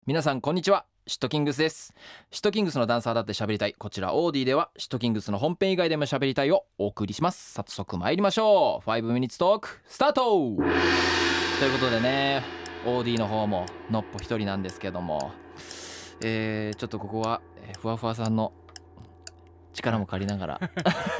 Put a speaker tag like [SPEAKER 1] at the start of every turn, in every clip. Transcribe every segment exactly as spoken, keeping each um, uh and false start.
[SPEAKER 1] 皆さんこんにちは、シットキングスです。シットキングスのダンサーだって喋りたい、こちらオーディではシットキングスの本編以外でも喋りたいをお送りします。早速参りましょう。ファイブミニッツトークスタートということでね、オーディの方ものっぽ一人なんですけども、えー、ちょっとここはえーふわふわさんの力も借りながら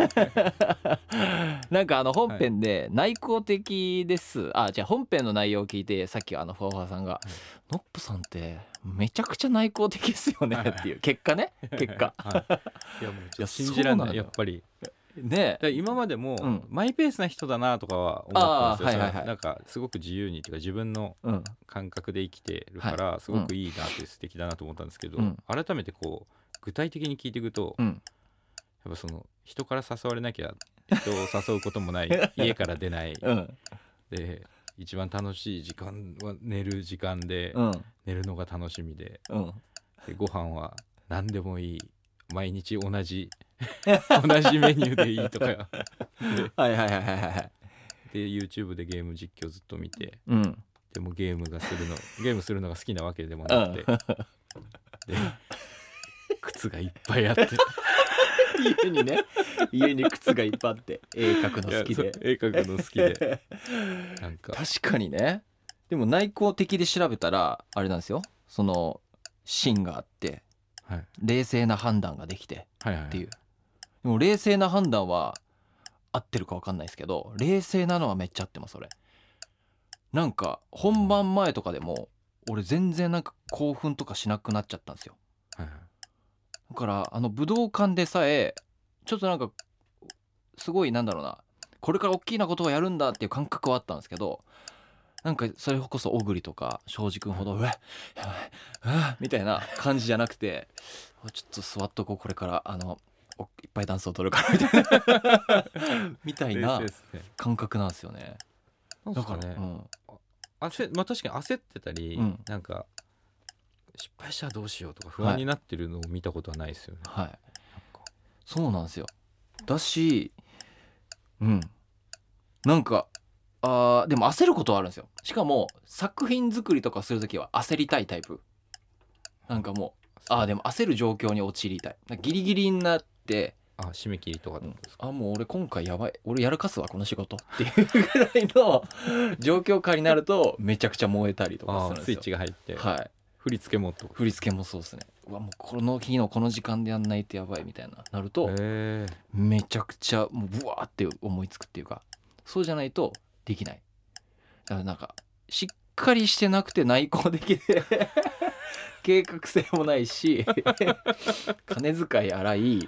[SPEAKER 1] なんかあの本編で内向的です、はい、あじゃあ本編の内容を聞いてさっきあのふわふわさんが、はい、ノッポさんってめちゃくちゃ内向的ですよねっていう結果ね結果、
[SPEAKER 2] はい、いやもうちょっと信じられないやっぱりねえ、今までもマイペースな人だなとかは思ったんですよ、はいはいはい、なんかすごく自由にっていうか自分の感覚で生きてるからすごくいいなって素敵だなと思ったんですけど、うん、改めてこう具体的に聞いていくと、うん、やっぱその人から誘われなきゃ人を誘うこともない家から出ない、うん、で一番楽しい時間は寝る時間で、うん、寝るのが楽しみで、うん、でご飯は何でもいい毎日同じ同じメニューでいいとかはいはいはいはいはいで YouTube でゲーム実況ずっと見て、うん、でもゲームがするのゲームするのが好きなわけでもなくて、うん、で靴がいっぱいあって
[SPEAKER 1] 家にね家に靴がいっぱいあって絵描くの好きで
[SPEAKER 2] 絵描くの好きで
[SPEAKER 1] なんか確かにね。でも内向的で調べたらあれなんですよ、その芯があって、はい、冷静な判断ができてっていう、はいはいはい、でも冷静な判断は合ってるか分かんないですけど冷静なのはめっちゃ合ってます。それなんか本番前とかでも俺全然なんか興奮とかしなくなっちゃったんですよ、はいはい、だからあの武道館でさえちょっとなんかすごいなんだろうな、これから大きなことをやるんだっていう感覚はあったんですけど、なんかそれこそ小栗とか庄司君ほど、うん、うわやばいあみたいな感じじゃなくてちょっと座っとこうこれからあのいっぱいダンスを取るからみたいなみたいな感覚なんですよね。
[SPEAKER 2] だからね、うん、焦まあ、確かに焦ってたり、うん、なんか失敗したらどうしようとか不安になってるのを見たことはないですよね、はい、なんか
[SPEAKER 1] そうなんですよ。だしうんなんかあでも焦ることはあるんですよ。しかも作品作りとかするときは焦りたいタイプ。なんかもうあでも焦る状況に陥りたい。ギリギリになって
[SPEAKER 2] あ締め切りとかでもですか、
[SPEAKER 1] うん、あもう俺今回やばい俺やらかすわこの仕事っていうぐらいの状況下になるとめちゃくちゃ燃えたりとかするんですよ。
[SPEAKER 2] スイッチが入って、
[SPEAKER 1] はい、
[SPEAKER 2] 振り付けもと
[SPEAKER 1] 振り付けもそうですね。うわもうこの日のこの時間でやんないとやばいみたいななるとめちゃくちゃもうブワーって思いつくっていうか、そうじゃないとできない。だからなんかしっかりしてなくて内向的で計画性もないし金遣い荒いい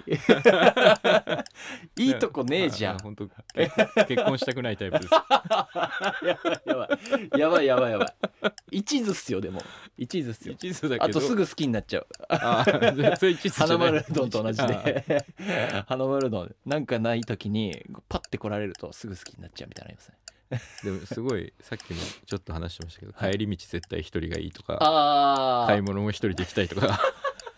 [SPEAKER 1] いとこねえじゃん。
[SPEAKER 2] 本当結婚したくないタイプです
[SPEAKER 1] やばいやばいやばいやばいやばい一途っすよ。でも一途っすよ。
[SPEAKER 2] 一途だけど
[SPEAKER 1] あとすぐ好きになっちゃう。
[SPEAKER 2] あそれ一途じゃない。
[SPEAKER 1] 花丸うどんと同じで花丸うどんなんかない時にパッて来られるとすぐ好きになっちゃうみたいなのありますね。
[SPEAKER 2] でもすごいさっきもちょっと話してましたけど、はい、帰り道絶対一人がいいとか、あ買い物も一人で行きたいとか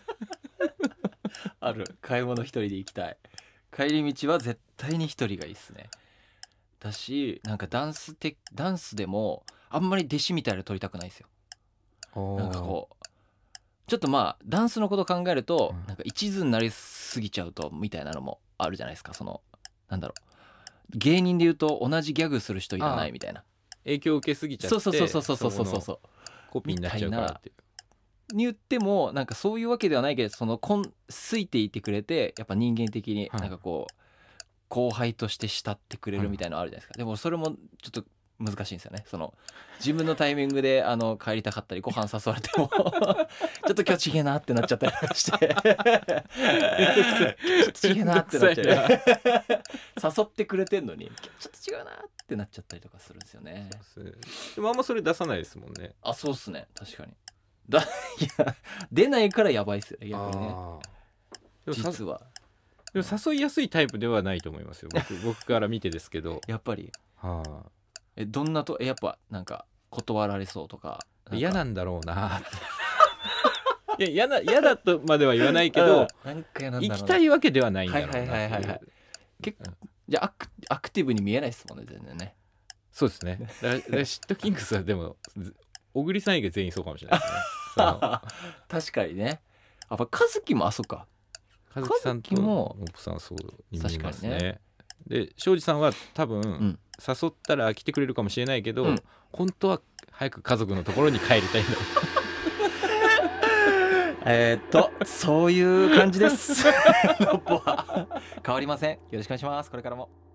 [SPEAKER 1] ある。買い物一人で行きたい。帰り道は絶対に一人がいいっすね。だしなんかダンスてダンスでもあんまり弟子みたいなの取りたくないですよ。なんかこうちょっとまあダンスのこと考えると、うん、なんか一途になりすぎちゃうとみたいなのもあるじゃないですか。そのなんだろう芸人で言うと同じギャグする人いらないみたいな、
[SPEAKER 2] 影響を受けすぎちゃって
[SPEAKER 1] そうそうそうそうそうそうそうそう
[SPEAKER 2] コピーになっちゃうからって
[SPEAKER 1] に言ってもなんかそういうわけではないけど、そのこん好いていてくれてやっぱ人間的になんかこう、はい、後輩として慕ってくれるみたいなのあるじゃないですか、はい、でもそれもちょっと難しいんですよね。その自分のタイミングであの帰りたかったりご飯誘われてもちょっと今日ちげえなってなっちゃったりしてちょっとちげえなってなっちゃう誘ってくれてんのにちょっと違うなってなっちゃったりとかするんですよね。
[SPEAKER 2] でもあんまそれ出さないですもんね。
[SPEAKER 1] あそうっすね確かにだいや出ないからやばいっすよね逆にね。
[SPEAKER 2] でも
[SPEAKER 1] 実は
[SPEAKER 2] でも誘いやすいタイプではないと思いますよ 僕, 僕から見てですけど
[SPEAKER 1] やっぱり
[SPEAKER 2] はあ
[SPEAKER 1] えどんなとやっぱなんか断られそうとか
[SPEAKER 2] 嫌なんだろうなっていや嫌な嫌だとまでは言わないけど、うん、なんか嫌なんだろうな行きたいわけではないんだろうなっていう、はいはいはいはい、
[SPEAKER 1] 結構じゃあアク、アクティブに見えないですもんね全然ね。
[SPEAKER 2] そうですねだだシットキングスはでも小栗さん以外全員そうかもしれないですね
[SPEAKER 1] 確かにね。やっぱ和樹もあそっか
[SPEAKER 2] 和樹さんとノッポさんはそうに見えますね。ねで庄司さんは多分、うん、誘ったら来てくれるかもしれないけど、うん、本当は早く家族のところに帰りたいんだ
[SPEAKER 1] えっとそういう感じですノッポは変わりません。よろしくお願いします。これからも